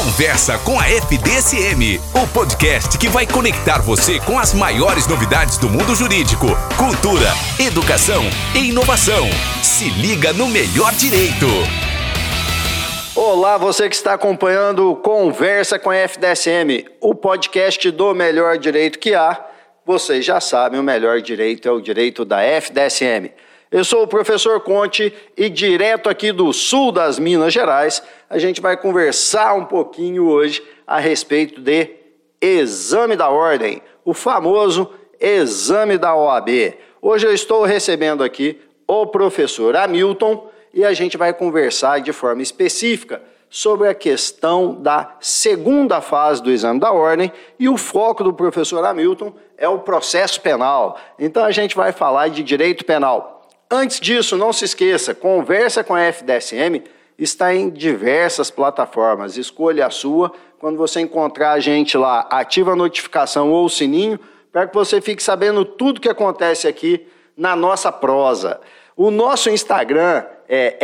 Conversa com a FDSM, o podcast que vai conectar você com as maiores novidades do mundo jurídico, cultura, educação e inovação. Se liga no melhor direito. Olá, você que está acompanhando Conversa com a FDSM, o podcast do melhor direito que há. Vocês já sabem, o melhor direito é o direito da FDSM. Eu sou o professor Conte e direto aqui do sul das Minas Gerais, a gente vai conversar um pouquinho hoje a respeito de exame da ordem, o famoso exame da OAB. Hoje eu estou recebendo aqui o professor Hamilton e a gente vai conversar de forma específica sobre a questão da segunda fase do exame da ordem e o foco do professor Hamilton é o processo penal. Então a gente vai falar de direito penal. Antes disso, não se esqueça, Conversa com a FDSM está em diversas plataformas. Escolha a sua. Quando você encontrar a gente lá, ativa a notificação ou o sininho para que você fique sabendo tudo que acontece aqui na nossa prosa. O nosso Instagram é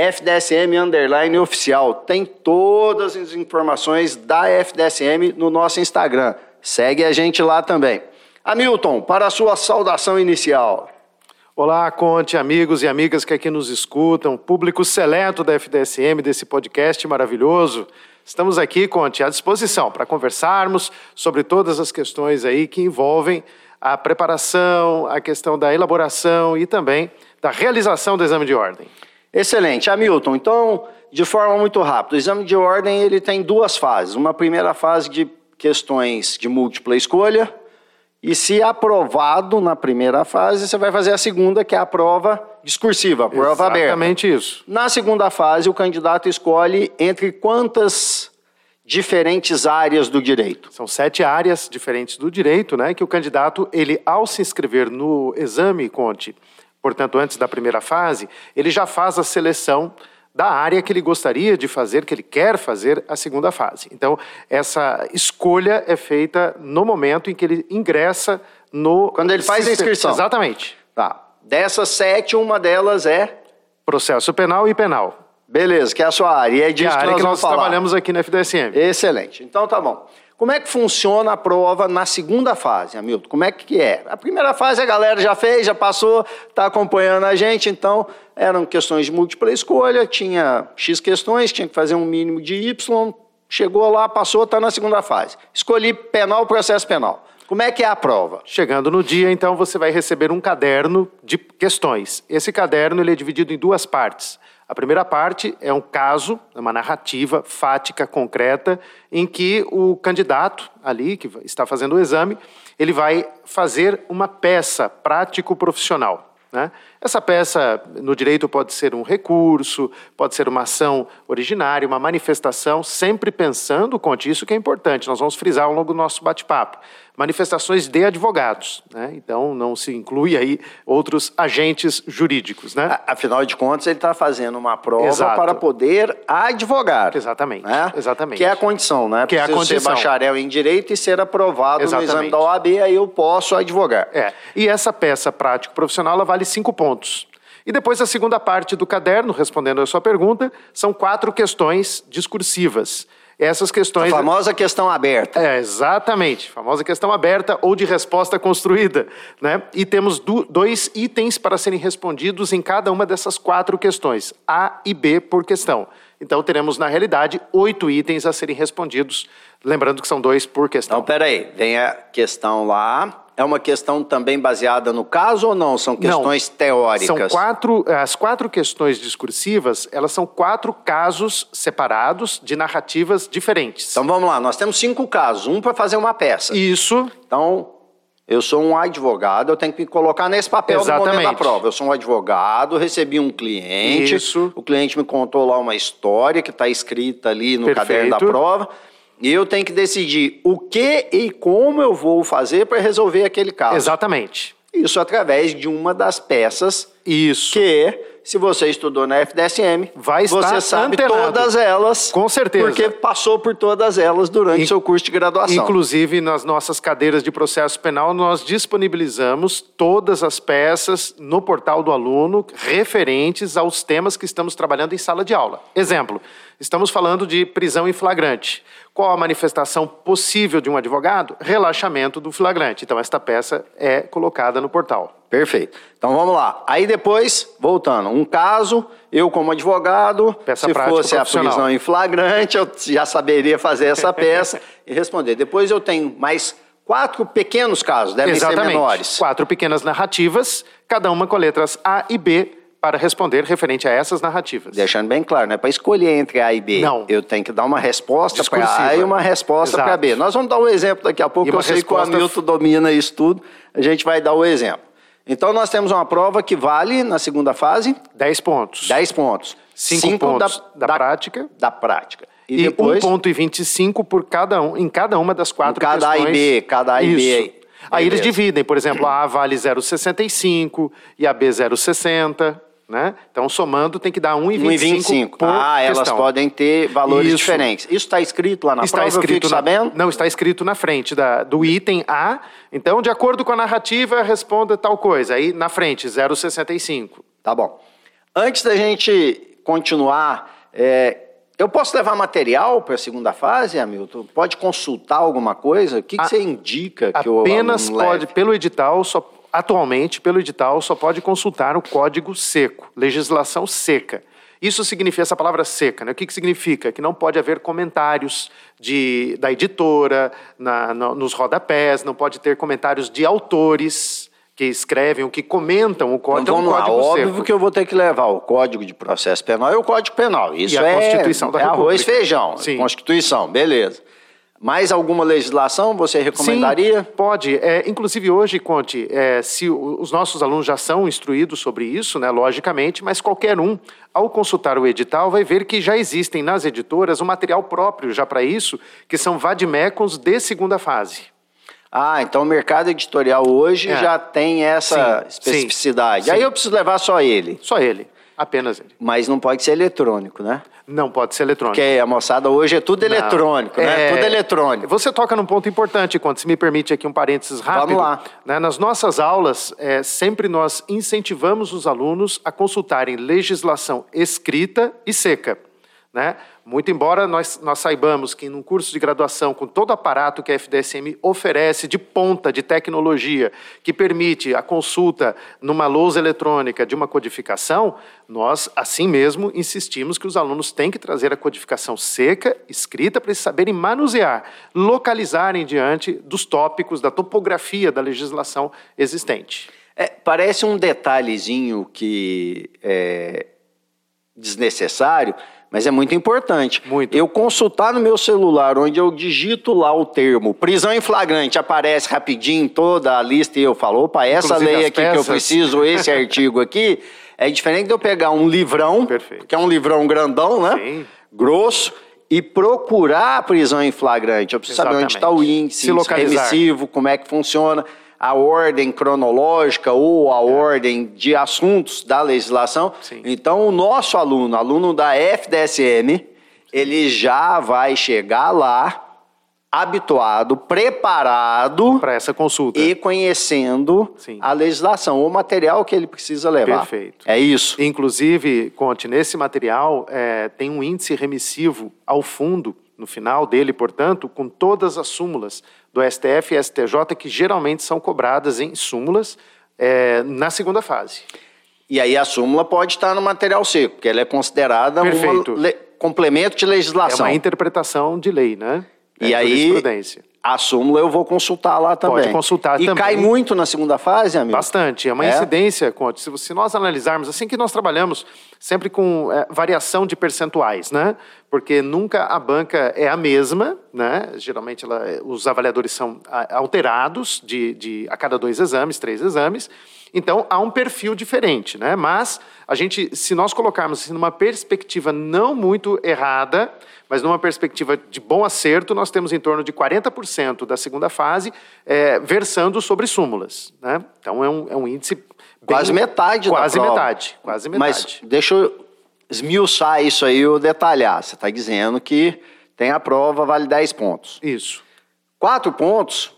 FDSM_oficial. Tem todas as informações da FDSM no nosso Instagram. Segue a gente lá também. Hamilton, para a sua saudação inicial. Olá, Conte, amigos e amigas que aqui nos escutam, público seleto da FDSM, desse podcast maravilhoso. Estamos aqui, Conte, à disposição para conversarmos sobre todas as questões aí que envolvem a preparação, a questão da elaboração e também da realização do exame de ordem. Excelente. Hamilton, então, de forma muito rápida, o exame de ordem ele tem duas fases. Uma primeira fase de questões de múltipla escolha, e se aprovado na primeira fase, você vai fazer a segunda, que é a prova discursiva, a prova aberta. Exatamente isso. Na segunda fase, o candidato escolhe entre quantas diferentes áreas do direito? São 7 áreas diferentes do direito, né? Que o candidato, ele ao se inscrever no exame, Conte, portanto, antes da primeira fase, ele já faz a seleção da área que ele gostaria de fazer, que ele quer fazer a segunda fase. Então, essa escolha é feita no momento em que ele ingressa no... Quando ele faz a inscrição. Exatamente. Tá. Dessas 7, uma delas é... Processo penal e penal. Beleza, que é a sua área. E é disso que nós trabalhamos aqui na FDSM. Excelente. Então, tá bom. Como é que funciona a prova na segunda fase, Hamilton? Como é que é? A primeira fase a galera já fez, já passou, está acompanhando a gente, então eram questões de múltipla escolha, tinha X questões, tinha que fazer um mínimo de Y, chegou lá, passou, está na segunda fase. Escolhi penal, processo penal. Como é que é a prova? Chegando no dia, então, você vai receber um caderno de questões. Esse caderno ele é dividido em 2 partes. A primeira parte é um caso, uma narrativa fática, concreta, em que o candidato ali, que está fazendo o exame, ele vai fazer uma peça prático-profissional, né? Essa peça, no direito, pode ser um recurso, pode ser uma ação originária, uma manifestação, sempre pensando, Conte, isso que é importante, nós vamos frisar ao longo do nosso bate-papo. Manifestações de advogados, né? Então não se inclui aí outros agentes jurídicos, né? Afinal de contas, ele está fazendo uma prova Exato. Para poder advogar. Exatamente, né? exatamente. Que é a condição, né? Que é a condição. Ser bacharel em direito e ser aprovado Exatamente. no exame da OAB, aí eu posso advogar. E essa peça prático-profissional, ela vale 5 pontos. E depois a segunda parte do caderno, respondendo a sua pergunta, são 4 questões discursivas. Essas questões... A famosa questão aberta. Exatamente. Famosa questão aberta ou de resposta construída, né? E temos 2 itens para serem respondidos em cada uma dessas 4 questões, A e B por questão. Então teremos, na realidade, 8 itens a serem respondidos, lembrando que são 2 por questão. Então, peraí, vem a questão lá... É uma questão também baseada no caso ou não? São questões teóricas? As 4 questões discursivas, elas são 4 casos separados de narrativas diferentes. Então vamos lá, nós temos 5 casos, um para fazer uma peça. Isso. Então, eu sou um advogado, eu tenho que me colocar nesse papel no momento da prova. Eu sou um advogado, recebi um cliente, Isso. O cliente me contou lá uma história que está escrita ali no caderno da prova. E eu tenho que decidir o que e como eu vou fazer para resolver aquele caso. Exatamente. Isso através de uma das peças Isso. que se você estudou na FDSM, vai estar você sabe antenado. todas elas. Com certeza. Porque passou por todas elas durante o seu curso de graduação. Inclusive, nas nossas cadeiras de processo penal, nós disponibilizamos todas as peças no portal do aluno referentes aos temas que estamos trabalhando em sala de aula. Exemplo, estamos falando de prisão em flagrante. Qual a manifestação possível de um advogado? Relaxamento do flagrante. Então, esta peça é colocada no portal. Perfeito. Então, vamos lá. Aí depois, voltando, um caso, eu como advogado, Peça se prática fosse a profissional. prisão em flagrante, eu já saberia fazer essa peça e responder. Depois eu tenho mais 4 pequenos casos, devem ser menores. 4 pequenas narrativas, cada uma com letras A e B, para responder referente a essas narrativas. Deixando bem claro, não é para escolher entre A e B. Não. Eu tenho que dar uma resposta para Discursiva. A e uma resposta para B. Nós vamos dar um exemplo daqui a pouco, E que eu uma sei que o resposta- Hamilton domina isso tudo. A gente vai dar o exemplo. Então, nós temos uma prova que vale, na segunda fase, 10 pontos. 10 pontos. 5 pontos da prática. Da prática. E depois, 1,25 por cada um, em cada uma das 4 cada A questões. e B, cada A e B. Isso. Aí eles Beleza. dividem, por exemplo, a A vale 0,65 e a B 0,60, né? Então, somando, tem que dar 1,25 por elas questão. podem ter valores Isso. diferentes. Isso está escrito lá na Está prova, eu escrito fico sabendo? Não, está escrito na frente do item A. Então, de acordo com a narrativa, responda tal coisa. Aí, na frente, 0,65. Tá bom. Antes da gente continuar, eu posso levar material para a segunda fase, Hamilton? Pode consultar alguma coisa? O que você indica que o Apenas aluno leve? pode, pelo edital, atualmente, pelo edital, só pode consultar o código seco, legislação seca. Isso significa, essa palavra seca, né? O que significa? Que não pode haver comentários da editora nos rodapés, não pode ter comentários de autores que escrevem ou que comentam o código. Então vamos lá, código óbvio seco. que eu vou ter que levar o Código de Processo Penal e o Código Penal. Isso a Constituição da República. arroz e feijão, Sim. Constituição, beleza. Mais alguma legislação você recomendaria? Sim, pode. Inclusive hoje, Conte, se os nossos alunos já são instruídos sobre isso, né, logicamente, mas qualquer um, ao consultar o edital, vai ver que já existem nas editoras um material próprio já para isso, que são vademecums de segunda fase. Ah, então o mercado editorial hoje já tem essa Sim, especificidade. sim. Aí eu preciso levar só ele. Só ele, apenas ele. Mas não pode ser eletrônico, né? Não pode ser eletrônico. Porque a moçada hoje é tudo eletrônico, né? Tudo eletrônico. Você toca num ponto importante, Conte, se me permite aqui um parênteses rápido. Vamos lá. Né, nas nossas aulas, sempre nós incentivamos os alunos a consultarem legislação escrita e seca. Né? Muito embora nós saibamos que num curso de graduação, com todo o aparato que a FDSM oferece de ponta de tecnologia, que permite a consulta numa lousa eletrônica de uma codificação, nós, assim mesmo, insistimos que os alunos têm que trazer a codificação seca, escrita, para eles saberem manusear, localizarem diante dos tópicos, da topografia da legislação existente. Parece um detalhezinho que é desnecessário, mas é muito importante. Muito. Eu consultar no meu celular, onde eu digito lá o termo prisão em flagrante, aparece rapidinho toda a lista e eu falo, opa, essa Inclusive lei as aqui que eu peças. preciso, esse artigo aqui, é diferente de eu pegar um livrão, Perfeito. que é um livrão grandão, né? Sim. Grosso, e procurar a prisão em flagrante. Eu preciso saber onde está o índice, Se localizar. remissivo, como é que funciona, a ordem cronológica ou a ordem de assuntos da legislação. Sim. Então, o nosso aluno da FDSM, ele já vai chegar lá habituado, preparado Para essa consulta. e conhecendo Sim. a legislação, o material que ele precisa levar. Perfeito. É isso. Inclusive, Conte, nesse material tem um índice remissivo ao fundo, no final dele, portanto, com todas as súmulas do STF e STJ, que geralmente são cobradas em súmulas na segunda fase. E aí a súmula pode estar no material seco, porque ela é considerada Perfeito. um complemento de É legislação. uma interpretação de lei, né? E aí, jurisprudência. a súmula eu vou consultar lá também. Pode consultar e também. cai muito na segunda fase, amigo? Bastante. É uma incidência, Conte. Se nós analisarmos, assim que nós trabalhamos sempre com variação de percentuais, né? Porque nunca a banca é a mesma, né? Geralmente os avaliadores são alterados a cada 2 exames, 3 exames. Então, há um perfil diferente, né? Mas, se nós colocarmos assim, numa perspectiva não muito errada, mas numa perspectiva de bom acerto, nós temos em torno de 40% da segunda fase versando sobre súmulas, né? Então, é um índice Quase metade da prova. Quase metade. Mas deixa eu esmiuçar isso aí ou detalhar. Você está dizendo que tem a prova, vale 10 pontos. Isso. 4 pontos,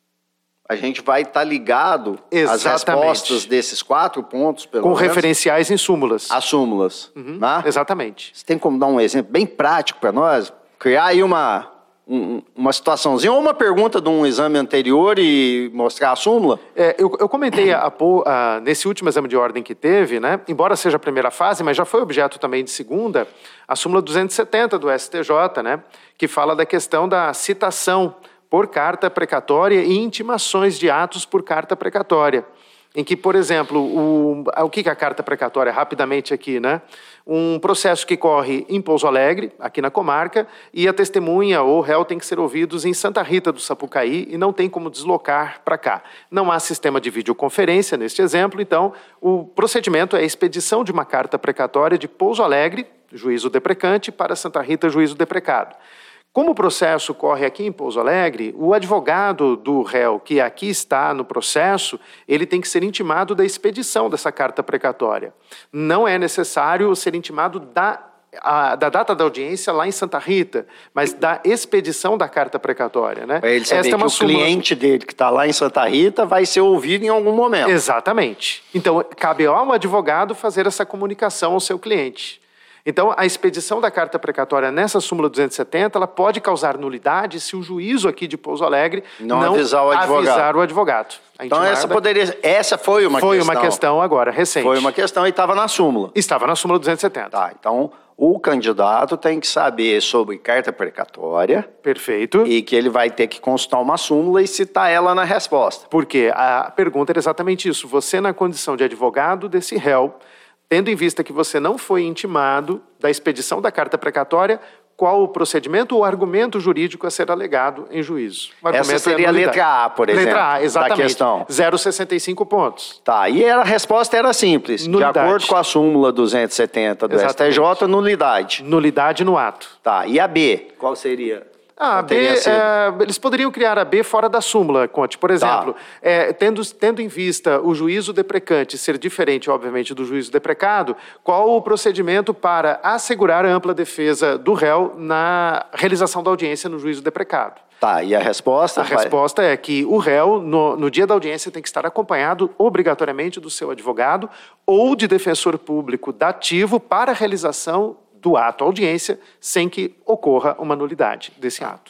a gente vai estar ligado às respostas desses 4 pontos, pelo menos. Com referenciais em súmulas. As súmulas. Né? Exatamente. Você tem como dar um exemplo bem prático para nós? Criar aí uma situaçãozinha ou uma pergunta de um exame anterior e mostrar a súmula? Eu comentei nesse último exame de ordem que teve, né, embora seja a primeira fase, mas já foi objeto também de segunda, a súmula 270 do STJ, né, que fala da questão da citação por carta precatória e intimações de atos por carta precatória. Em que, por exemplo, o que é a carta precatória? Rapidamente aqui, né? Um processo que corre em Pouso Alegre, aqui na comarca, e a testemunha ou réu tem que ser ouvidos em Santa Rita do Sapucaí e não tem como deslocar para cá. Não há sistema de videoconferência neste exemplo, então o procedimento é a expedição de uma carta precatória de Pouso Alegre, juízo deprecante, para Santa Rita, juízo deprecado. Como o processo corre aqui em Pouso Alegre, o advogado do réu que aqui está no processo, ele tem que ser intimado da expedição dessa carta precatória. Não é necessário ser intimado da data da audiência lá em Santa Rita, mas da expedição da carta precatória. Né? Para ele saber que o cliente dele que está lá em Santa Rita vai ser ouvido em algum momento. Exatamente. Então, cabe ao advogado fazer essa comunicação ao seu cliente. Então, a expedição da carta precatória nessa súmula 270, ela pode causar nulidade se o juízo aqui de Pouso Alegre não avisar o advogado. Então, essa foi uma questão. Foi uma questão agora, recente. Foi uma questão e estava na súmula. Estava na súmula 270. Tá, então o candidato tem que saber sobre carta precatória. Perfeito. E que ele vai ter que consultar uma súmula e citar ela na resposta. Porque a pergunta era exatamente isso. Você, na condição de advogado desse réu, tendo em vista que você não foi intimado da expedição da carta precatória, qual o procedimento ou argumento jurídico a ser alegado em juízo? Essa seria a letra A, por exemplo, letra A, exatamente, da questão. 0,65 pontos. Tá, e a resposta era simples. Nulidade. De acordo com a súmula 270 do Exatamente. STJ, nulidade. Nulidade no ato. Tá, e a B? Qual seria? A B, eles poderiam criar a B fora da súmula, Conte. Por exemplo, tendo em vista o juízo deprecante ser diferente, obviamente, do juízo deprecado, qual o procedimento para assegurar a ampla defesa do réu na realização da audiência no juízo deprecado? Tá, e a resposta? A resposta é que o réu, no dia da audiência, tem que estar acompanhado obrigatoriamente do seu advogado ou de defensor público dativo para a realização do ato à audiência, sem que ocorra uma nulidade desse ato.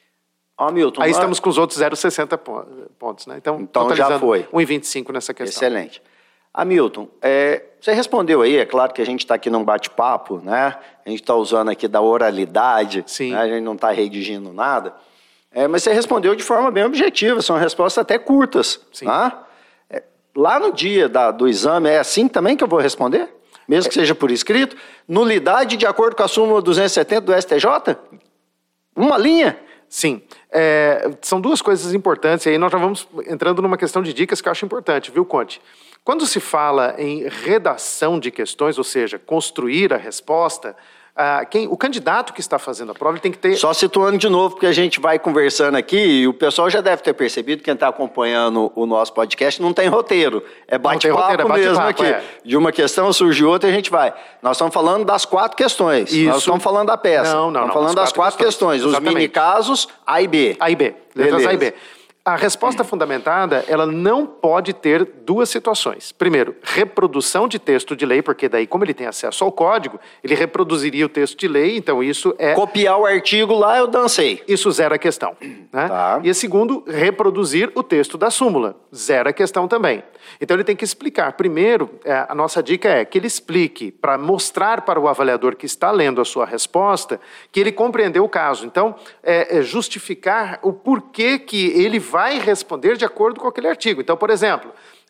Milton, aí estamos com os outros 0,60 pontos, né? Então já foi. 1,25 nessa questão. Excelente. Hamilton, você respondeu aí, é claro que a gente está aqui num bate-papo, né? A gente está usando aqui da oralidade, sim. Né? A gente não está redigindo nada, mas você respondeu de forma bem objetiva, são respostas até curtas. Sim. Tá? Lá no dia do exame, é assim também que eu vou responder? Mesmo que seja por escrito, nulidade de acordo com a súmula 270 do STJ? Uma linha? Sim. São duas coisas importantes, e aí nós já vamos entrando numa questão de dicas que eu acho importante, viu, Conte? Quando se fala em redação de questões, ou seja, construir a resposta, o candidato que está fazendo a prova ele tem que ter... Só situando de novo, porque a gente vai conversando aqui e o pessoal já deve ter percebido, quem está acompanhando o nosso podcast, não tem roteiro. É bate-papo mesmo aqui. De uma questão surge outra e a gente vai. Nós estamos falando das 4 questões. Isso. Nós estamos falando da peça. Estamos falando das 4 questões. Os mini-casos A e B. A e B. Letras A e B. A resposta fundamentada, ela não pode ter duas situações. Primeiro, reprodução de texto de lei, porque daí, como ele tem acesso ao código, ele reproduziria o texto de lei, então isso é... Copiar o artigo lá, eu dancei. Isso zera a questão. Né? Tá. E segundo, reproduzir o texto da súmula. Zera a questão também. Então ele tem que explicar. Primeiro, a nossa dica é que ele explique, para mostrar para o avaliador que está lendo a sua resposta, que ele compreendeu o caso. Então, justificar o porquê que ele vai responder de acordo com aquele artigo. Então, por exemplo,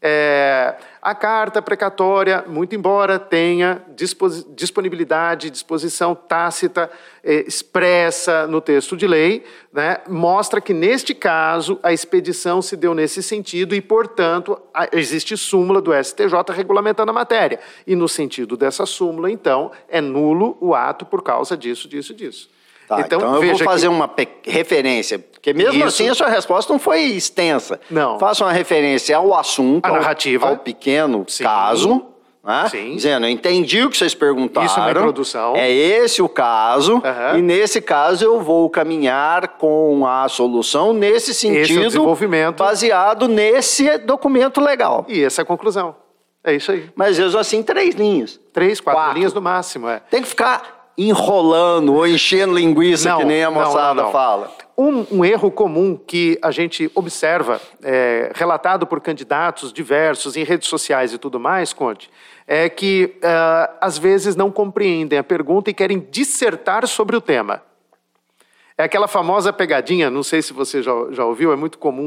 a carta precatória, muito embora tenha disponibilidade, disposição tácita, expressa no texto de lei, né, mostra que, neste caso, a expedição se deu nesse sentido e, portanto, existe súmula do STJ regulamentando a matéria. E, no sentido dessa súmula, então, é nulo o ato por causa disso, disso, disso. Tá, então eu vou fazer uma referência, porque mesmo assim a sua resposta não foi extensa. Não. Faça uma referência ao assunto, a narrativa, ao pequeno caso, né? Sim. Dizendo, eu entendi o que vocês perguntaram. Isso é uma introdução. É esse o caso, e nesse caso eu vou caminhar com a solução nesse sentido, esse é o desenvolvimento, baseado nesse documento legal. E essa é a conclusão. É isso aí. Mas mesmo assim, 3 linhas. 3, 4 linhas no máximo, Tem que ficar enrolando ou enchendo linguiça, que nem a moçada fala. Um erro comum que a gente observa, relatado por candidatos diversos em redes sociais e tudo mais, Conte, é que às vezes não compreendem a pergunta e querem dissertar sobre o tema. É aquela famosa pegadinha, não sei se você já ouviu, é muito comum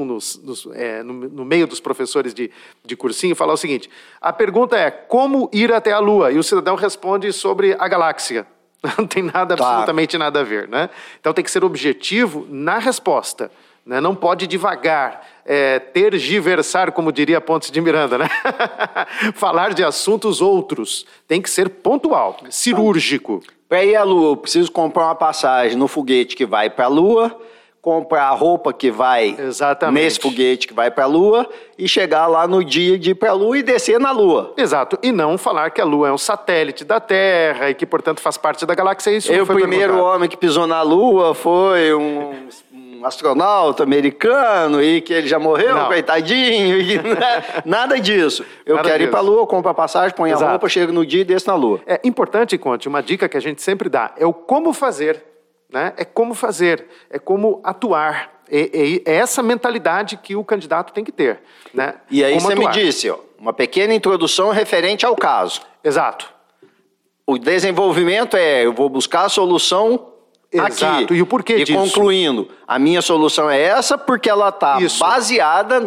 no meio dos professores de cursinho falar o seguinte: a pergunta é como ir até a Lua? E o cidadão responde sobre a galáxia. Não tem absolutamente nada a ver, né? Então tem que ser objetivo na resposta, né? Não pode divagar, tergiversar, como diria Pontes de Miranda, né? Falar de assuntos outros. Tem que ser pontual, cirúrgico. Para ir à Lua, eu preciso comprar uma passagem no foguete que vai para a Lua, comprar a roupa que vai nesse foguete que vai para a Lua e chegar lá no dia de ir para a Lua e descer na Lua. Exato. E não falar que a Lua é um satélite da Terra e que, portanto, faz parte da galáxia. Isso o primeiro homem que pisou na Lua foi um astronauta americano e que ele já morreu, coitadinho. E nada disso. Eu quero ir para a Lua, compro a passagem, ponho a roupa, chego no dia e desço na Lua. É importante, Conte, uma dica que a gente sempre dá, é o como fazer. Né? É como fazer, é como atuar. É essa mentalidade que o candidato tem que ter. Né? E aí como você me disse, uma pequena introdução referente ao caso. Exato. O desenvolvimento eu vou buscar a solução aqui. E o porquê disso? E concluindo, a minha solução é essa porque ela está baseada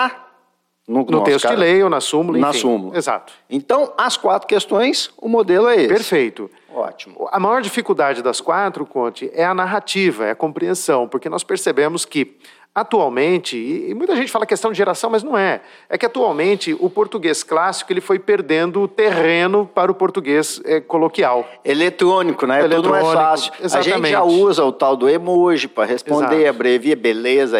no texto de lei ou na súmula, enfim. Na súmula. Exato. Então, as 4 questões, o modelo é esse. Perfeito. Ótimo. A maior dificuldade das 4, Conte, é a narrativa, é a compreensão, porque nós percebemos que atualmente, e muita gente fala questão de geração, mas não é. É que atualmente o português clássico ele foi perdendo terreno para o português coloquial. Eletrônico, né? Tudo mais fácil. Exatamente. A gente já usa o tal do emoji para responder, abrevia, beleza,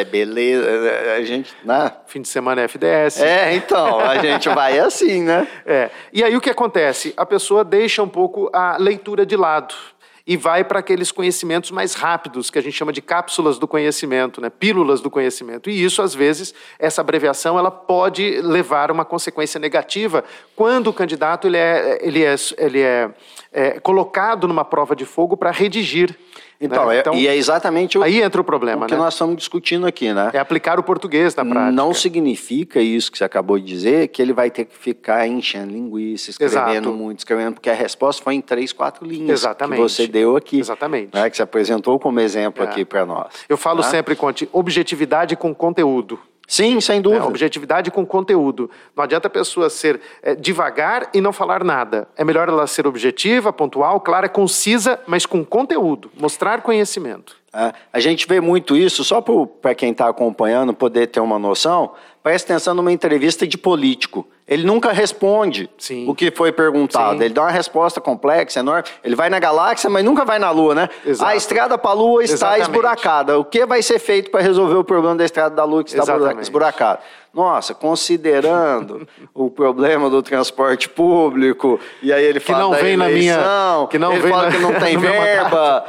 a gente, né? Fim de semana é FDS. Então, a gente vai assim, né? E aí o que acontece? A pessoa deixa um pouco a leitura de lado. E vai para aqueles conhecimentos mais rápidos, que a gente chama de cápsulas do conhecimento, né? Pílulas do conhecimento. E isso, às vezes, essa abreviação ela pode levar a uma consequência negativa quando o candidato ele é colocado numa prova de fogo para redigir. Então, né? E é exatamente aí entra o problema, que nós estamos discutindo aqui, né? É aplicar o português na prática. Não significa isso que você acabou de dizer, que ele vai ter que ficar enchendo linguiça, escrevendo muito, porque a resposta foi em 3, 4 linhas que você deu aqui. Exatamente. Né? Que você apresentou como exemplo aqui para nós. Eu falo sempre, Conte, objetividade com conteúdo. Sim, sem dúvida. Objetividade com conteúdo. Não adianta a pessoa ser devagar e não falar nada. É melhor ela ser objetiva, pontual, clara, concisa, mas com conteúdo. Mostrar conhecimento. A gente vê muito isso, só para quem está acompanhando poder ter uma noção, presta atenção numa entrevista de político. Ele nunca responde o que foi perguntado. Sim. Ele dá uma resposta complexa, enorme. Ele vai na galáxia, mas nunca vai na Lua, né? Exato. A estrada para a Lua está esburacada. O que vai ser feito para resolver o problema da estrada da Lua que está esburacada? Nossa, considerando o problema do transporte público, e aí ele fala que não fala que não tem verba,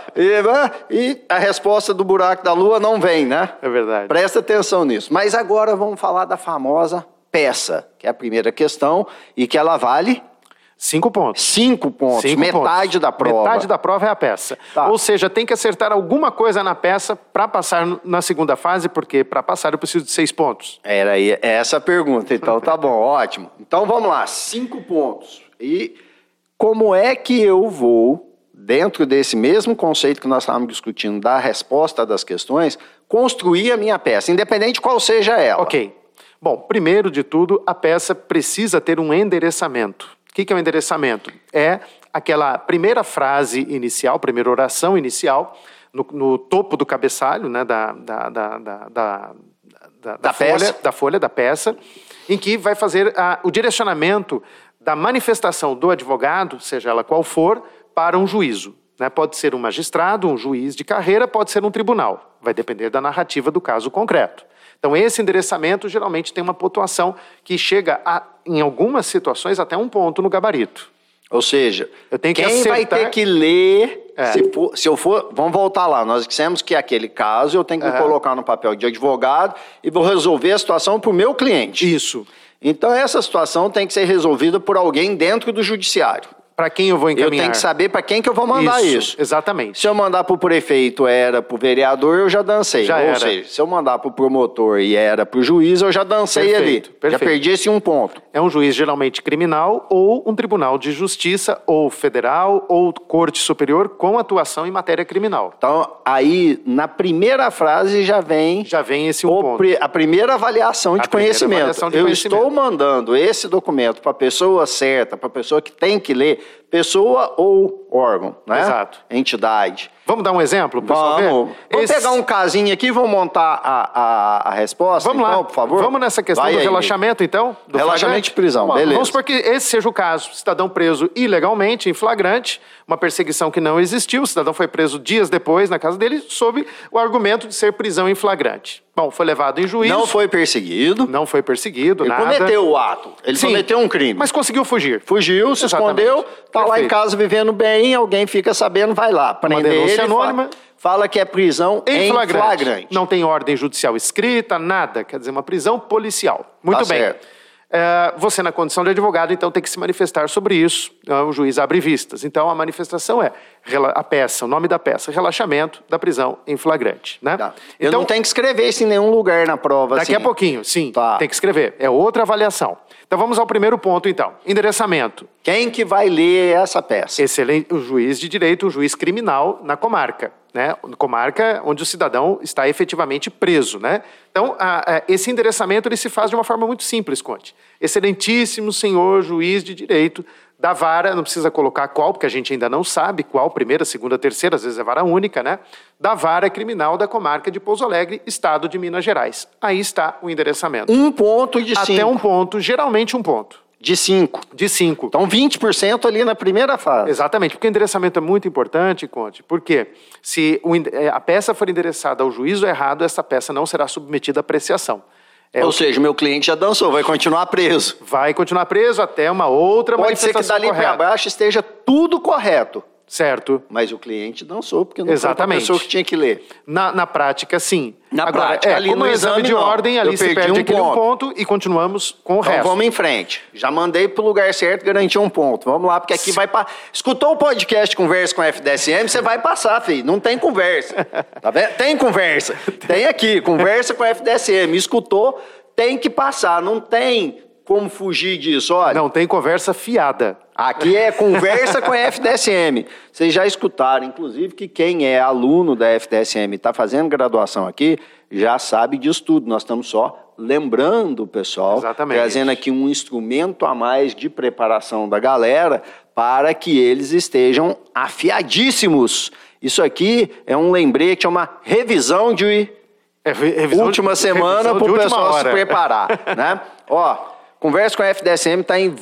e a resposta do buraco da Lua não vem, né? É verdade. Presta atenção nisso. Mas agora vamos falar da famosa peça, que é a primeira questão, e que ela vale 5 pontos. 5 pontos, metade da prova. Metade da prova é a peça. Ou seja, tem que acertar alguma coisa na peça para passar na segunda fase, porque para passar eu preciso de 6 pontos. Era essa a pergunta, então tá bom, ótimo. Então vamos lá, 5 pontos. E como é que eu vou, dentro desse mesmo conceito que nós estávamos discutindo, da resposta das questões, construir a minha peça, independente de qual seja ela? Ok. Bom, primeiro de tudo, a peça precisa ter um endereçamento. O que é um endereçamento? É aquela primeira frase inicial, primeira oração inicial, no topo do cabeçalho, né, da folha da peça, em que vai fazer o direcionamento da manifestação do advogado, seja ela qual for, para um juízo. né? Pode ser um magistrado, um juiz de carreira, pode ser um tribunal. Vai depender da narrativa do caso concreto. Então, esse endereçamento geralmente tem uma pontuação que chega, em algumas situações, até 1 ponto no gabarito. Ou seja, eu tenho que quem acertar... vai ter que ler, se eu for... Vamos voltar lá, nós dissemos que aquele caso eu tenho que me colocar no papel de advogado e vou resolver a situação para o meu cliente. Isso. Então, essa situação tem que ser resolvida por alguém dentro do judiciário. Para quem eu vou encaminhar? Eu tenho que saber para quem que eu vou mandar isso. Exatamente. Se eu mandar para o prefeito para o vereador, eu já dancei. Ou seja, se eu mandar para o promotor e para o juiz, eu já dancei ali. Perfeito. Já perdi esse 1 ponto. É um juiz geralmente criminal ou um tribunal de justiça ou federal ou corte superior com atuação em matéria criminal. Então, aí, na primeira frase já vem esse 1 ponto. A primeira avaliação de conhecimento. Eu estou mandando esse documento para a pessoa certa, para a pessoa que tem que ler, pessoa ou órgão, né? Exato. Entidade. Vamos dar um exemplo, pessoal? Vamos pegar um casinho aqui e vamos montar a resposta, vamos então, lá. Por favor. Vamos nessa questão do relaxamento, então? Do relaxamento de prisão, beleza. Vamos supor que esse seja o caso. Cidadão preso ilegalmente, em flagrante, uma perseguição que não existiu, o cidadão foi preso dias depois na casa dele, sob o argumento de ser prisão em flagrante. Bom, foi levado em juízo. Não foi perseguido. Não foi perseguido, nada. Ele cometeu o ato. Ele cometeu um crime. Mas conseguiu fugir. Fugiu, se escondeu, tá lá em casa vivendo bem, alguém fica sabendo, vai lá, prender ele, anônima. Fala que é prisão em flagrante. Não tem ordem judicial escrita, nada. Quer dizer, uma prisão policial. Muito bem. Certo. Você, na condição de advogado, então, tem que se manifestar sobre isso. O juiz abre vistas. Então, a manifestação é a peça, o nome da peça, relaxamento da prisão em flagrante. Né? Tá. Eu não tenho que escrever isso em nenhum lugar na prova. Daqui a pouquinho, sim. Tá. Tem que escrever. É outra avaliação. Então, vamos ao primeiro ponto, então. Endereçamento. Quem que vai ler essa peça? Excelente. O juiz de direito, o juiz criminal na comarca. Né? Comarca onde o cidadão está efetivamente preso. Né? Então, esse endereçamento ele se faz de uma forma muito simples, Conte. Excelentíssimo senhor juiz de direito da vara, não precisa colocar qual, porque a gente ainda não sabe qual, primeira, segunda, terceira, às vezes é vara única, né? Da vara criminal da comarca de Pouso Alegre, estado de Minas Gerais. Aí está o endereçamento. 1 ponto de 5. Até 1 ponto, geralmente 1 ponto. De 5. De 5. Então, 20% ali na primeira fase. Exatamente, porque o endereçamento é muito importante, Conte. Por quê? Se a peça for endereçada ao juízo errado, essa peça não será submetida à apreciação. Ou seja, meu cliente já dançou, vai continuar preso. Vai continuar preso até uma outra manifestação correta. Pode ser que dali para baixo esteja tudo correto. Certo. Mas o cliente dançou, porque não foi a pessoa que tinha que ler. Na prática, sim. Na prática, ali como no exame de ordem, ali se perde aquele 1 ponto e continuamos com o resto. Então vamos em frente. Já mandei pro lugar certo, garanti 1 ponto. Vamos lá, porque aqui vai... Escutou o podcast Conversa com a FDSM, você vai passar, filho. Não tem conversa. Tá vendo? Tem conversa. Tem aqui, Conversa com a FDSM. Escutou, tem que passar. Não tem como fugir disso, olha. Não, tem conversa fiada. Aqui é Conversa com a FDSM. Vocês já escutaram, inclusive, que quem é aluno da FDSM e está fazendo graduação aqui, já sabe disso tudo. Nós estamos só lembrando o pessoal, trazendo aqui um instrumento a mais de preparação da galera para que eles estejam afiadíssimos. Isso aqui é um lembrete, é uma revisão de última semana para o pessoal se preparar. Né? Ó, Conversa com a FDSM está em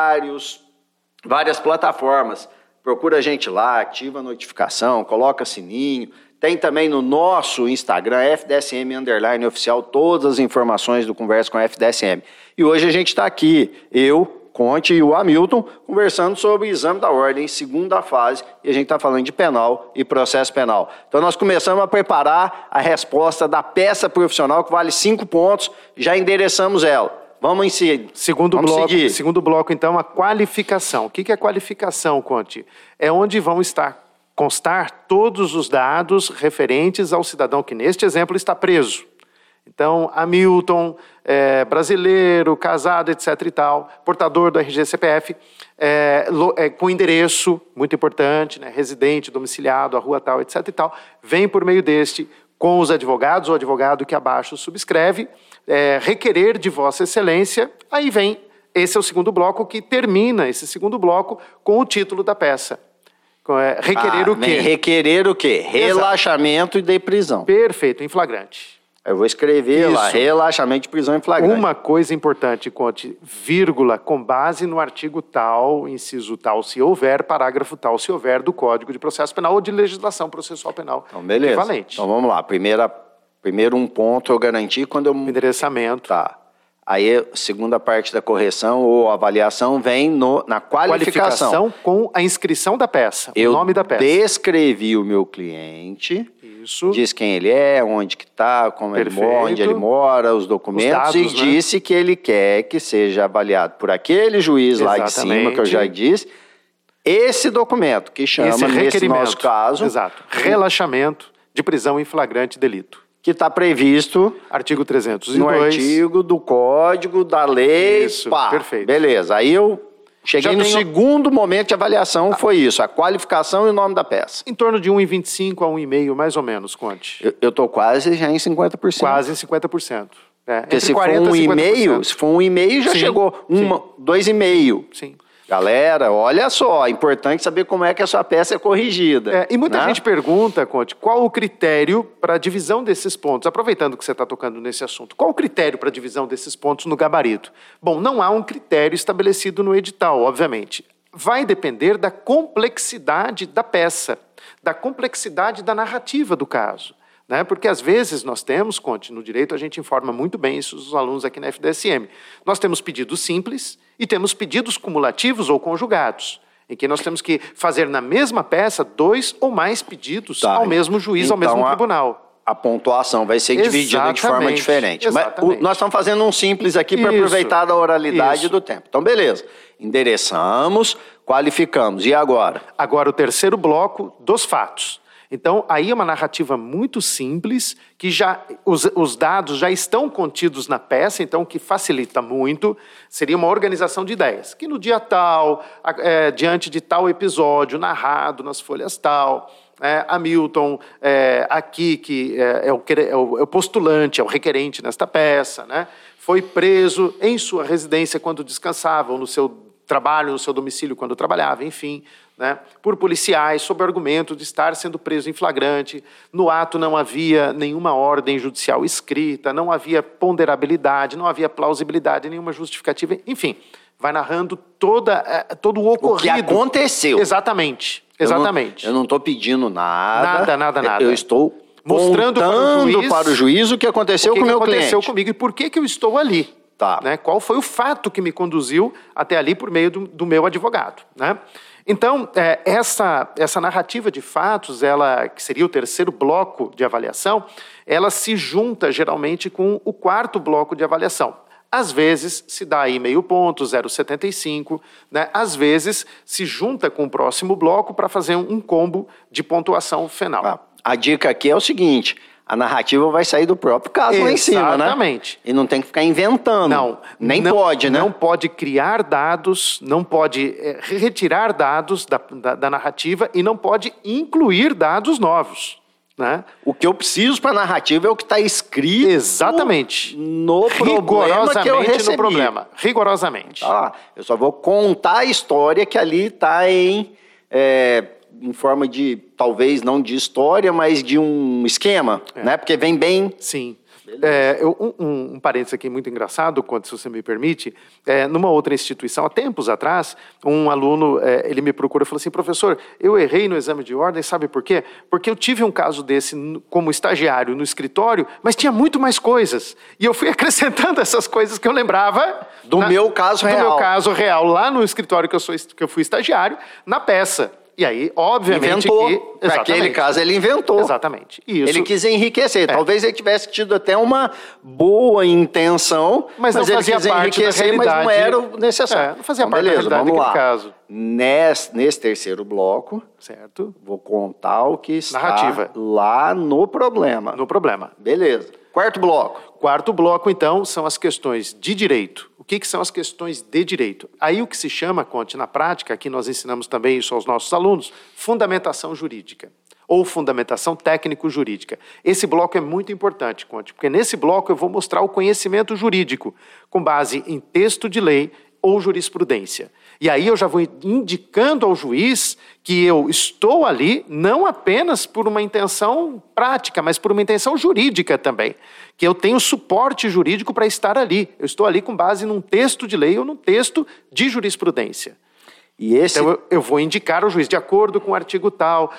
várias plataformas. Procura a gente lá, ativa a notificação, coloca sininho. Tem também no nosso Instagram, FDSM_oficial, todas as informações do Conversa com a FDSM. E hoje a gente está aqui, eu, Conte e o Hamilton, conversando sobre o exame da ordem, segunda fase, e a gente está falando de penal e processo penal. Então nós começamos a preparar a resposta da peça profissional, que vale 5 pontos, já endereçamos ela. Vamos em si. Segundo bloco, então, a qualificação. O que é qualificação, Conte? É onde vão constar todos os dados referentes ao cidadão que, neste exemplo, está preso. Então, Hamilton, brasileiro, casado, etc. e tal, portador do RG-CPF, com endereço, muito importante, né, residente, domiciliado, a rua tal, etc. e tal, vem por meio deste com os advogados, o advogado que abaixo subscreve, requerer de Vossa Excelência, aí vem, esse é o segundo bloco, que termina esse segundo bloco com o título da peça. Requerer o quê? Requerer o quê? Relaxamento e de prisão. Perfeito, em flagrante. Eu vou escrever lá, relaxamento de prisão em flagrante. Uma coisa importante, Conte, vírgula, com base no artigo tal, inciso tal, se houver, parágrafo tal, se houver, do Código de Processo Penal ou de legislação processual penal então, beleza. equivalente. Então, vamos lá. Primeiro um ponto eu garanti quando eu... Endereçamento. Tá. Aí, a segunda parte da correção ou avaliação vem na qualificação. Com a inscrição da peça, o nome da peça. Eu descrevi o meu cliente, Isso. Diz quem ele é, onde que está, onde ele mora, os documentos, dados, e disse que ele quer que seja avaliado por aquele juiz lá de cima, que eu já disse, esse documento, que chama, nesse nosso caso... Exato. Relaxamento de prisão em flagrante delito. Que está previsto... Artigo 302. No artigo do Código, da lei. Isso, pá, perfeito. Beleza. Aí eu cheguei no segundo momento de avaliação, foi isso, a qualificação e o nome da peça. Em torno de 1,25 a 1,5, mais ou menos, Conte. Eu estou quase já em 50%. Quase em 50%. Porque se for 1,5, já chegou. 2,5. Sim. Galera, olha só, é importante saber como é que a sua peça é corrigida. E muita gente pergunta, Conte, qual o critério para a divisão desses pontos? Aproveitando que você está tocando nesse assunto, qual o critério para a divisão desses pontos no gabarito? Bom, não há um critério estabelecido no edital, obviamente. Vai depender da complexidade da peça, da complexidade da narrativa do caso. Porque às vezes nós temos, Conte, no direito a gente informa muito bem isso os alunos aqui na FDSM. Nós temos pedidos simples e temos pedidos cumulativos ou conjugados, em que nós temos que fazer na mesma peça 2 ou mais pedidos ao mesmo juiz, então, ao mesmo tribunal. A pontuação vai ser dividida de forma diferente. Exatamente. Mas nós estamos fazendo um simples aqui para aproveitar da oralidade do tempo. Então, beleza. Endereçamos, qualificamos. E agora? Agora o terceiro bloco dos fatos. Então, aí é uma narrativa muito simples, que os dados já estão contidos na peça, então, que facilita muito. Seria uma organização de ideias, que no dia tal, diante de tal episódio, narrado nas folhas tal, Hamilton, aqui, que é o postulante, é o requerente nesta peça, foi preso em sua residência quando descansava, ou no seu trabalho, no seu domicílio quando trabalhava, enfim, por policiais, sob o argumento de estar sendo preso em flagrante. No ato não havia nenhuma ordem judicial escrita, não havia ponderabilidade, não havia plausibilidade, nenhuma justificativa, enfim, vai narrando todo o ocorrido. O que aconteceu. Exatamente. Eu não estou pedindo nada. Nada. Eu estou mostrando para o juiz o que aconteceu com o meu cliente. O que aconteceu comigo e por que eu estou ali. Tá. Qual foi o fato que me conduziu até ali por meio do meu advogado. Então, essa narrativa de fatos, que seria o terceiro bloco de avaliação, ela se junta geralmente com o quarto bloco de avaliação. Às vezes se dá aí meio ponto, 0,75, às vezes se junta com o próximo bloco para fazer um combo de pontuação final. A dica aqui é o seguinte: a narrativa vai sair do próprio caso lá em cima, Exatamente. E não tem que ficar inventando. Não pode, Não pode criar dados, não pode retirar dados da narrativa e não pode incluir dados novos. O que eu preciso para a narrativa é o que está escrito. Exatamente. No problema que eu recebi. Rigorosamente. Eu só vou contar a história que ali está em forma de, talvez não de história, mas de um esquema, Porque vem bem... Sim. Um parênteses aqui muito engraçado, se você me permite, numa outra instituição, há tempos atrás, um aluno, ele me procura e falou assim: professor, eu errei no exame de ordem, sabe por quê? Porque eu tive um caso desse como estagiário no escritório, mas tinha muito mais coisas, e eu fui acrescentando essas coisas que eu lembrava... Do meu caso real, lá no escritório que eu fui estagiário, na peça. E aí, obviamente, inventou. Para aquele caso, ele inventou. Exatamente. Isso. Ele quis enriquecer. Talvez ele tivesse tido até uma boa intenção, mas não ele fazia quis parte enriquecer, da realidade. Mas não era o necessário. Não fazia parte da realidade daquele caso. Nesse terceiro bloco, certo, vou contar o que está lá no problema. No problema. Beleza. Quarto bloco. Quarto bloco, então, são as questões de direito. O que são as questões de direito? Aí o que se chama, Conte, na prática, aqui nós ensinamos também isso aos nossos alunos, fundamentação jurídica ou fundamentação técnico-jurídica. Esse bloco é muito importante, Conte, porque nesse bloco eu vou mostrar o conhecimento jurídico com base em texto de lei ou jurisprudência. E aí eu já vou indicando ao juiz que eu estou ali não apenas por uma intenção prática, mas por uma intenção jurídica também. Que eu tenho suporte jurídico para estar ali. Eu estou ali com base num texto de lei ou num texto de jurisprudência. Então eu vou indicar ao juiz, de acordo com o artigo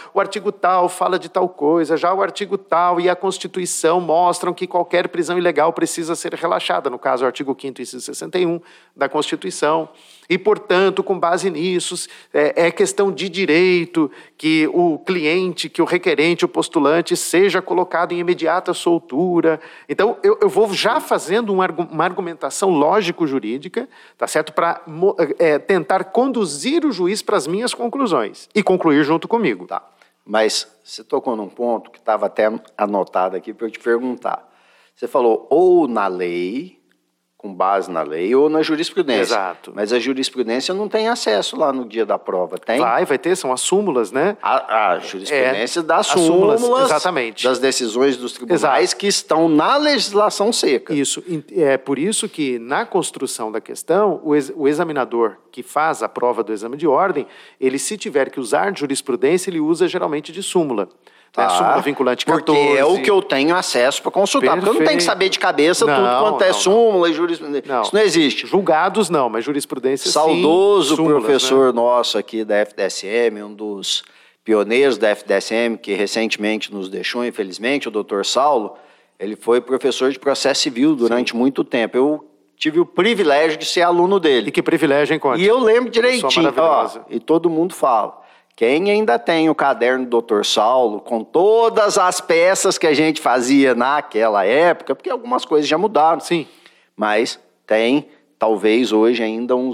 tal fala de tal coisa, já o artigo tal e a Constituição mostram que qualquer prisão ilegal precisa ser relaxada, no caso o artigo 5º, inciso 61 da Constituição, e portanto, com base nisso, é questão de direito que o cliente, que o requerente, o postulante seja colocado em imediata soltura. Então eu vou já fazendo uma argumentação lógico-jurídica, tá certo? Para tentar conduzir o juiz para as minhas conclusões e concluir junto comigo. Tá. Mas você tocou num ponto que estava até anotado aqui para eu te perguntar. Você falou ou na lei, com base na lei, ou na jurisprudência. Exato. Mas a jurisprudência não tem acesso lá no dia da prova, tem? Vai ter, são as súmulas, né? A jurisprudência das súmulas, exatamente, das decisões dos tribunais que estão na legislação seca. Isso. É por isso que, na construção da questão, o examinador que faz a prova do exame de ordem, ele, se tiver que usar jurisprudência, ele usa geralmente de súmula. Tá. Súmula vinculante 14. Porque é o que eu tenho acesso para consultar. Perfeito. Porque eu não tenho que saber de cabeça tudo quanto é súmula e jurisprudência. Isso não existe. Julgados não, mas jurisprudência saudoso sim. Saudoso professor nosso aqui da FDSM, um dos pioneiros da FDSM, que recentemente nos deixou, infelizmente, o Dr. Saulo, ele foi professor de processo civil durante muito tempo. Eu tive o privilégio de ser aluno dele. E que privilégio, hein, Conte? E eu lembro direitinho, e todo mundo fala. Quem ainda tem o caderno do Dr. Saulo, com todas as peças que a gente fazia naquela época, porque algumas coisas já mudaram, sim, mas tem, talvez hoje, ainda uns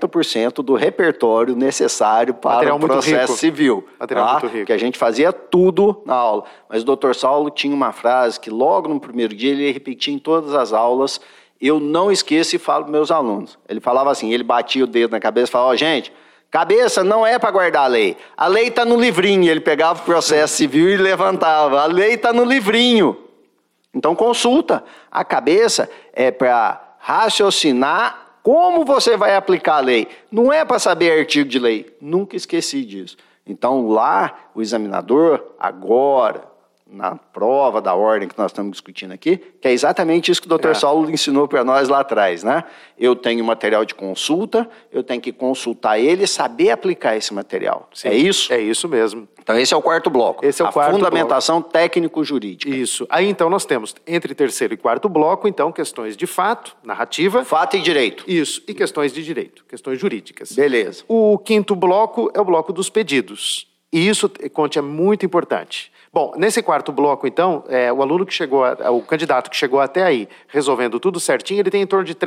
80% do repertório necessário para o processo civil. Material muito rico. Que a gente fazia tudo na aula. Mas o Dr. Saulo tinha uma frase que logo no primeiro dia ele repetia em todas as aulas, eu não esqueço e falo para meus alunos. Ele falava assim, ele batia o dedo na cabeça e falava, gente, cabeça não é para guardar a lei está no livrinho. Ele pegava o processo civil e levantava, a lei está no livrinho. Então consulta, a cabeça é para raciocinar como você vai aplicar a lei, não é para saber artigo de lei, nunca esqueci disso. Então lá o examinador, agora, na prova da ordem que nós estamos discutindo aqui, que é exatamente isso que o Dr. Saulo ensinou para nós lá atrás, né? Eu tenho material de consulta, eu tenho que consultar ele e saber aplicar esse material. Sim, é isso? É isso mesmo. Então esse é o quarto bloco. Esse é o quarto fundamentação técnico-jurídica. Isso. Aí então nós temos, entre terceiro e quarto bloco, então, questões de fato, narrativa. Fato e direito. Isso. E questões de direito, questões jurídicas. Beleza. O quinto bloco é o bloco dos pedidos. E isso, Conte, é muito importante. Bom, nesse quarto bloco, então, o aluno que chegou, o candidato que chegou até aí, resolvendo tudo certinho, ele tem em torno de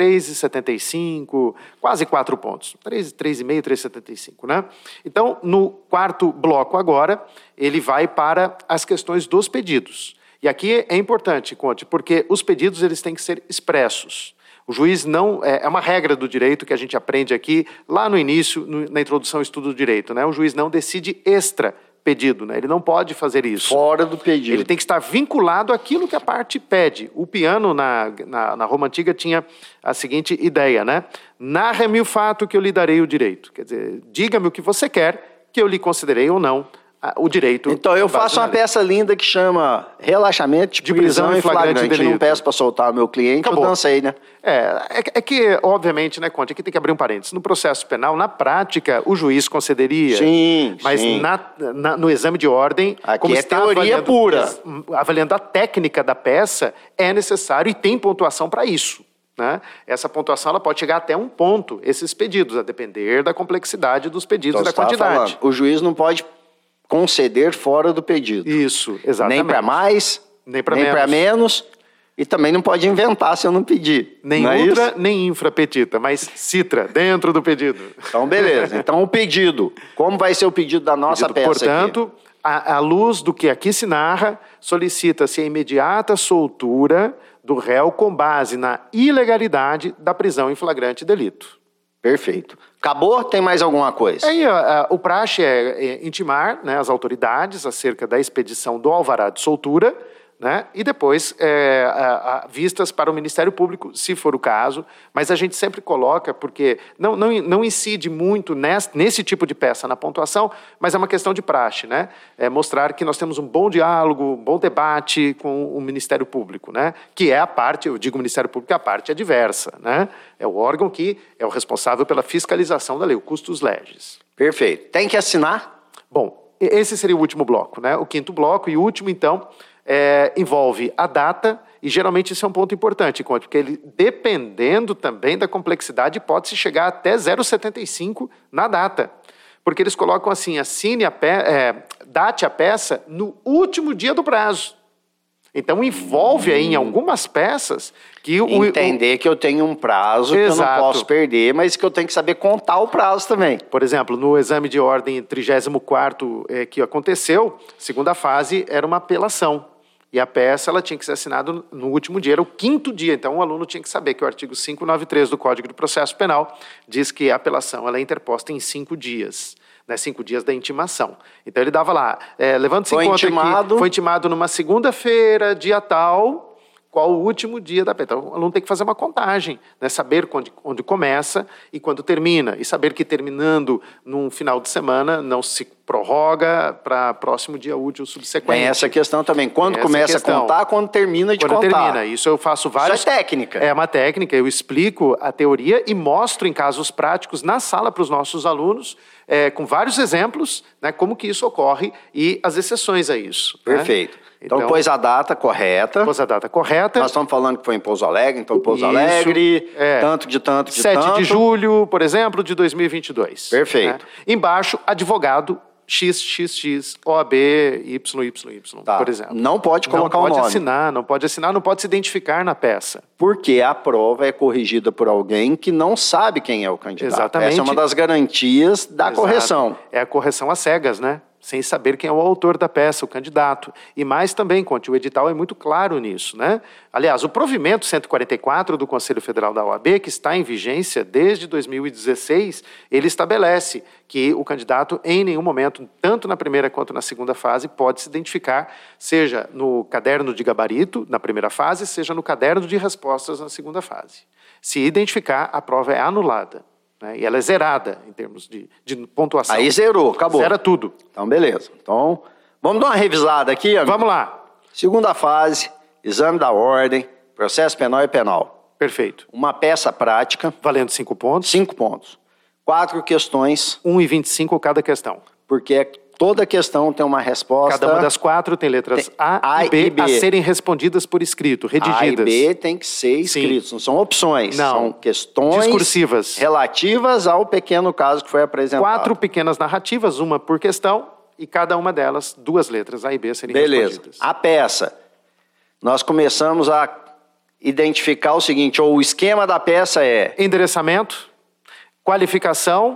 3,75, quase 4 pontos. 3,5, 3,75, né? Então, no quarto bloco agora, ele vai para as questões dos pedidos. E aqui é importante, Conte, porque os pedidos eles têm que ser expressos. O juiz não... É uma regra do direito que a gente aprende aqui, lá no início, na introdução ao estudo do direito, né? O juiz não decide extra pedido, né? Ele não pode fazer isso. Fora do pedido. Ele tem que estar vinculado àquilo que a parte pede. O Piano, na Roma Antiga, tinha a seguinte ideia, né? Narra-me o fato que eu lhe darei o direito. Quer dizer, diga-me o que você quer, que eu lhe considerei ou não o direito. Então eu faço uma peça linda que chama relaxamento de prisão em flagrante delito. Não peço para soltar o meu cliente, acabou. Eu dancei, né? É que, obviamente, né, Conte, aqui tem que abrir um parênteses. No processo penal, na prática, o juiz concederia. Sim, mas sim. No exame de ordem, aqui como é teoria pura. Avaliando a técnica da peça, é necessário e tem pontuação para isso. Né? Essa pontuação ela pode chegar até um ponto, esses pedidos, a depender da complexidade dos pedidos e da quantidade. O juiz não pode conceder fora do pedido. Isso, exatamente. Nem para mais, nem para menos, e também não pode inventar se eu não pedir. Nem ultra, nem infra petita, mas citra, dentro do pedido. Então, beleza. Então, o pedido. Como vai ser o pedido da nossa peça portanto, aqui? À luz do que aqui se narra, solicita-se a imediata soltura do réu com base na ilegalidade da prisão em flagrante delito. Perfeito. Acabou? Tem mais alguma coisa? Aí, o praxe é intimar, né, as autoridades acerca da expedição do alvará de soltura, né? E depois vistas para o Ministério Público, se for o caso, mas a gente sempre coloca, porque não incide muito nesse tipo de peça na pontuação, mas é uma questão de praxe, né? Mostrar que nós temos um bom diálogo, um bom debate com o Ministério Público, né? Que é a parte, eu digo Ministério Público, a parte adversa, né? É o órgão que é o responsável pela fiscalização da lei, o custos legis. Perfeito. Tem que assinar? Bom, esse seria o último bloco, né? O quinto bloco e último, então, envolve a data, e geralmente isso é um ponto importante, porque ele, dependendo também da complexidade, pode-se chegar até 0,75 na data. Porque eles colocam assim, date a peça no último dia do prazo. Então, envolve aí em algumas peças que entender que eu tenho um prazo que eu não posso perder, mas que eu tenho que saber contar o prazo também. Por exemplo, no exame de ordem 34º que aconteceu, segunda fase era uma apelação. E a peça ela tinha que ser assinada no último dia, era o quinto dia. Então, o aluno tinha que saber que o artigo 593 do Código de Processo Penal diz que a apelação ela é interposta em 5 dias. 5 dias da intimação. Então, ele dava lá, levando-se em conta que foi intimado numa segunda-feira, dia tal, qual o último dia da peça. Então, o aluno tem que fazer uma contagem, né? Saber onde começa e quando termina. E saber que terminando num final de semana não se prorroga para próximo dia útil subsequente. Tem essa questão também. Quando começa a contar, quando termina de contar. Quando termina. Isso eu faço vários... Isso é técnica. É uma técnica. Eu explico a teoria e mostro em casos práticos na sala para os nossos alunos, com vários exemplos, né, como que isso ocorre e as exceções a isso. Perfeito. Né? Então, pôs a data correta. Pôs a data correta. Nós estamos falando que foi em Pouso Alegre, então Pouso Alegre, tanto de 7 de julho, por exemplo, de 2022. Perfeito. Né? Embaixo, advogado XXX, OAB, YYY, por exemplo. Não pode colocar o nome. Não pode assinar, não pode se identificar na peça. Porque a prova é corrigida por alguém que não sabe quem é o candidato. Exatamente. Essa é uma das garantias da correção. É a correção às cegas, né? Sem saber quem é o autor da peça, o candidato. E mais também, Conte, o edital é muito claro nisso, né? Aliás, o provimento 144 do Conselho Federal da OAB, que está em vigência desde 2016, ele estabelece que o candidato, em nenhum momento, tanto na primeira quanto na segunda fase, pode se identificar, seja no caderno de gabarito, na primeira fase, seja no caderno de respostas, na segunda fase. Se identificar, a prova é anulada. Né? E ela é zerada em termos de pontuação. Aí zerou, acabou. Zera tudo. Então, beleza. Então, vamos dar uma revisada aqui, amigo? Vamos lá. Segunda fase, exame da ordem, processo penal e penal. Perfeito. Uma peça prática. Valendo 5 pontos. 5 pontos. 4 questões. 1,25 cada questão. Porque toda questão tem uma resposta. Cada uma das 4 tem letras A e B a serem respondidas por escrito, redigidas. A e B tem que ser escritos, não são opções. Não. São questões discursivas relativas ao pequeno caso que foi apresentado. 4 pequenas narrativas, uma por questão, e cada uma delas 2 letras A e B a serem respondidas. A peça. Nós começamos a identificar o seguinte, ou o esquema da peça é... Endereçamento, qualificação,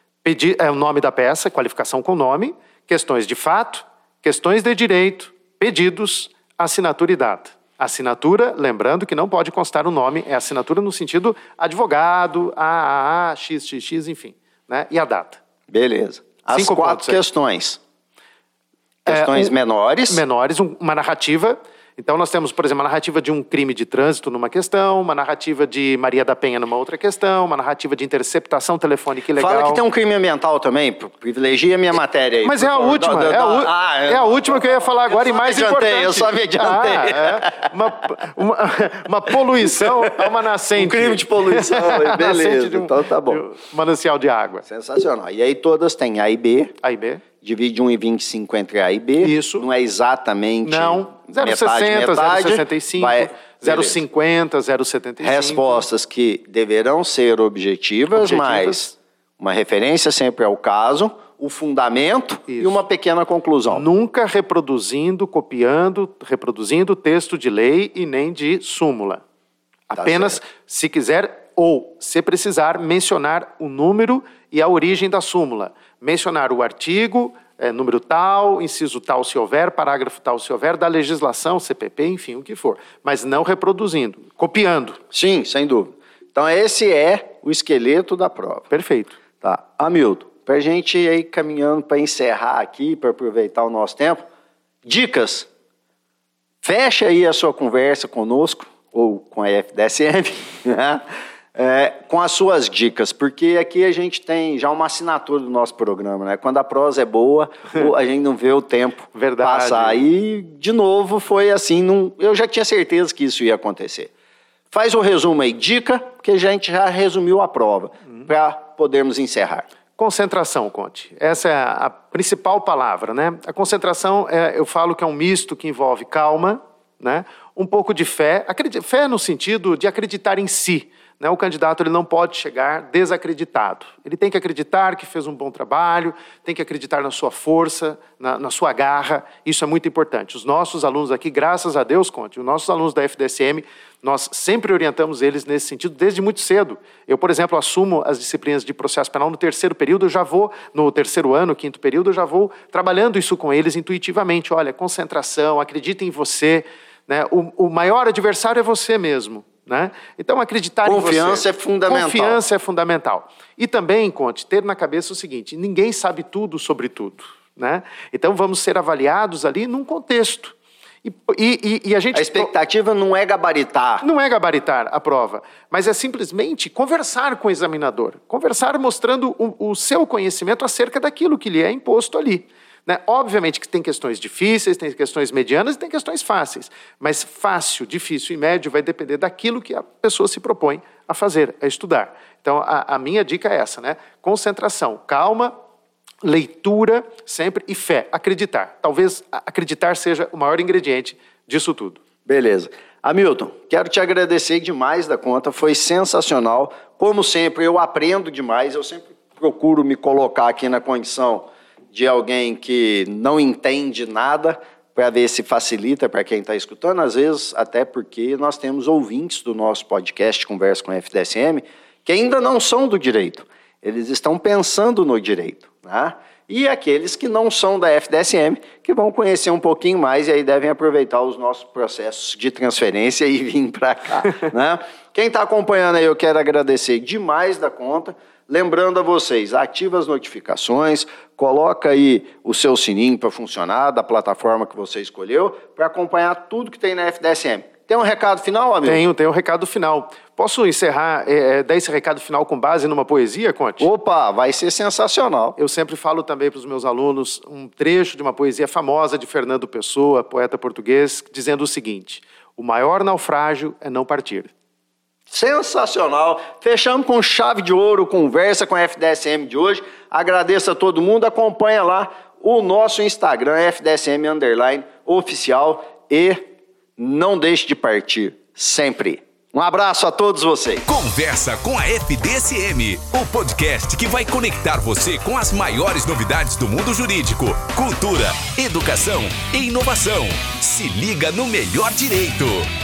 o nome da peça, qualificação com nome, questões de fato, questões de direito, pedidos, assinatura e data. Assinatura, lembrando que não pode constar o nome, é assinatura no sentido advogado, AAA, XXX, enfim, né? E a data. Beleza. As 4 questões. Questões menores. Menores, uma narrativa. Então, nós temos, por exemplo, uma narrativa de um crime de trânsito numa questão, uma narrativa de Maria da Penha numa outra questão, uma narrativa de interceptação telefônica ilegal. Fala que tem um crime ambiental também, privilegia a minha matéria aí. Mas é a última, é a última que eu ia falar agora e mais importante. Eu só me adiantei. Uma poluição a uma nascente. Um crime de poluição, beleza, então tá bom. Um manancial de água. Sensacional. E aí todas têm A e B. A e B. Divide 1,25 entre A e B. Isso. Não é exatamente... Não. 0,60, 0,65, 0,50, 0,75. Respostas que deverão ser objetivas, mas uma referência sempre ao caso, o fundamento e uma pequena conclusão. Nunca reproduzindo, copiando, reproduzindo texto de lei e nem de súmula. Apenas, se quiser ou, se precisar, mencionar o número e a origem da súmula. Mencionar o artigo, número tal, inciso tal se houver, parágrafo tal se houver, da legislação, CPP, enfim, o que for. Mas não reproduzindo, copiando. Sim, sem dúvida. Então esse é o esqueleto da prova. Perfeito. Tá. Hamilton, para a gente ir aí caminhando para encerrar aqui, para aproveitar o nosso tempo, dicas Feche aí a sua conversa conosco, ou com a FDSM, né? Com as suas dicas, porque aqui a gente tem já uma assinatura do nosso programa, né? Quando a prosa é boa, a gente não vê o tempo passar. E, de novo, foi assim, eu já tinha certeza que isso ia acontecer. Faz um resumo aí, dica, porque a gente já resumiu a prova, para podermos encerrar. Concentração, Conte. Essa é a principal palavra, né? A concentração, eu falo que é um misto que envolve calma, né? Um pouco de fé. Fé no sentido de acreditar em si. Né? O candidato ele não pode chegar desacreditado. Ele tem que acreditar que fez um bom trabalho, tem que acreditar na sua força, na sua garra. Isso é muito importante. Os nossos alunos aqui, graças a Deus, Conte, os nossos alunos da FDSM, nós sempre orientamos eles nesse sentido desde muito cedo. Eu, por exemplo, assumo as disciplinas de processo penal no terceiro período, eu já vou, no terceiro ano, quinto período, eu já vou trabalhando isso com eles intuitivamente. Olha, concentração, acredita em você, né? O maior adversário é você mesmo. Né? Então, acreditar em você. Confiança é fundamental. Confiança é fundamental. E também, Conte, ter na cabeça o seguinte, ninguém sabe tudo sobre tudo. Né? Então, vamos ser avaliados ali num contexto. E a expectativa não é gabaritar. Não é gabaritar a prova, mas é simplesmente conversar com o examinador. Conversar mostrando o seu conhecimento acerca daquilo que lhe é imposto ali. Né? Obviamente que tem questões difíceis, tem questões medianas e tem questões fáceis. Mas fácil, difícil e médio vai depender daquilo que a pessoa se propõe a fazer, a estudar. Então, a minha dica é essa, né? Concentração, calma, leitura sempre e fé, acreditar. Talvez acreditar seja o maior ingrediente disso tudo. Beleza. Hamilton, quero te agradecer demais da conta, foi sensacional. Como sempre, eu aprendo demais, eu sempre procuro me colocar aqui na condição de alguém que não entende nada, para ver se facilita para quem está escutando, às vezes até porque nós temos ouvintes do nosso podcast Conversa com a FDSM, que ainda não são do direito, eles estão pensando no direito, né? E aqueles que não são da FDSM, que vão conhecer um pouquinho mais e aí devem aproveitar os nossos processos de transferência e vir para cá, né? Quem está acompanhando aí, eu quero agradecer demais da conta. Lembrando a vocês, ativa as notificações, coloca aí o seu sininho para funcionar, da plataforma que você escolheu, para acompanhar tudo que tem na FDSM. Tem um recado final, amigo? Tenho um recado final. Posso encerrar, dar esse recado final com base numa poesia, Conte? Opa, vai ser sensacional. Eu sempre falo também para os meus alunos um trecho de uma poesia famosa de Fernando Pessoa, poeta português, dizendo o seguinte: o maior naufrágio é não partir. Sensacional. Fechamos com chave de ouro, Conversa com a FDSM de hoje. Agradeço a todo mundo. Acompanha lá o nosso Instagram, FDSM_oficial. E não deixe de partir, sempre. Um abraço a todos vocês. Conversa com a FDSM, o podcast que vai conectar você com as maiores novidades do mundo jurídico, cultura, educação e inovação. Se liga no melhor direito.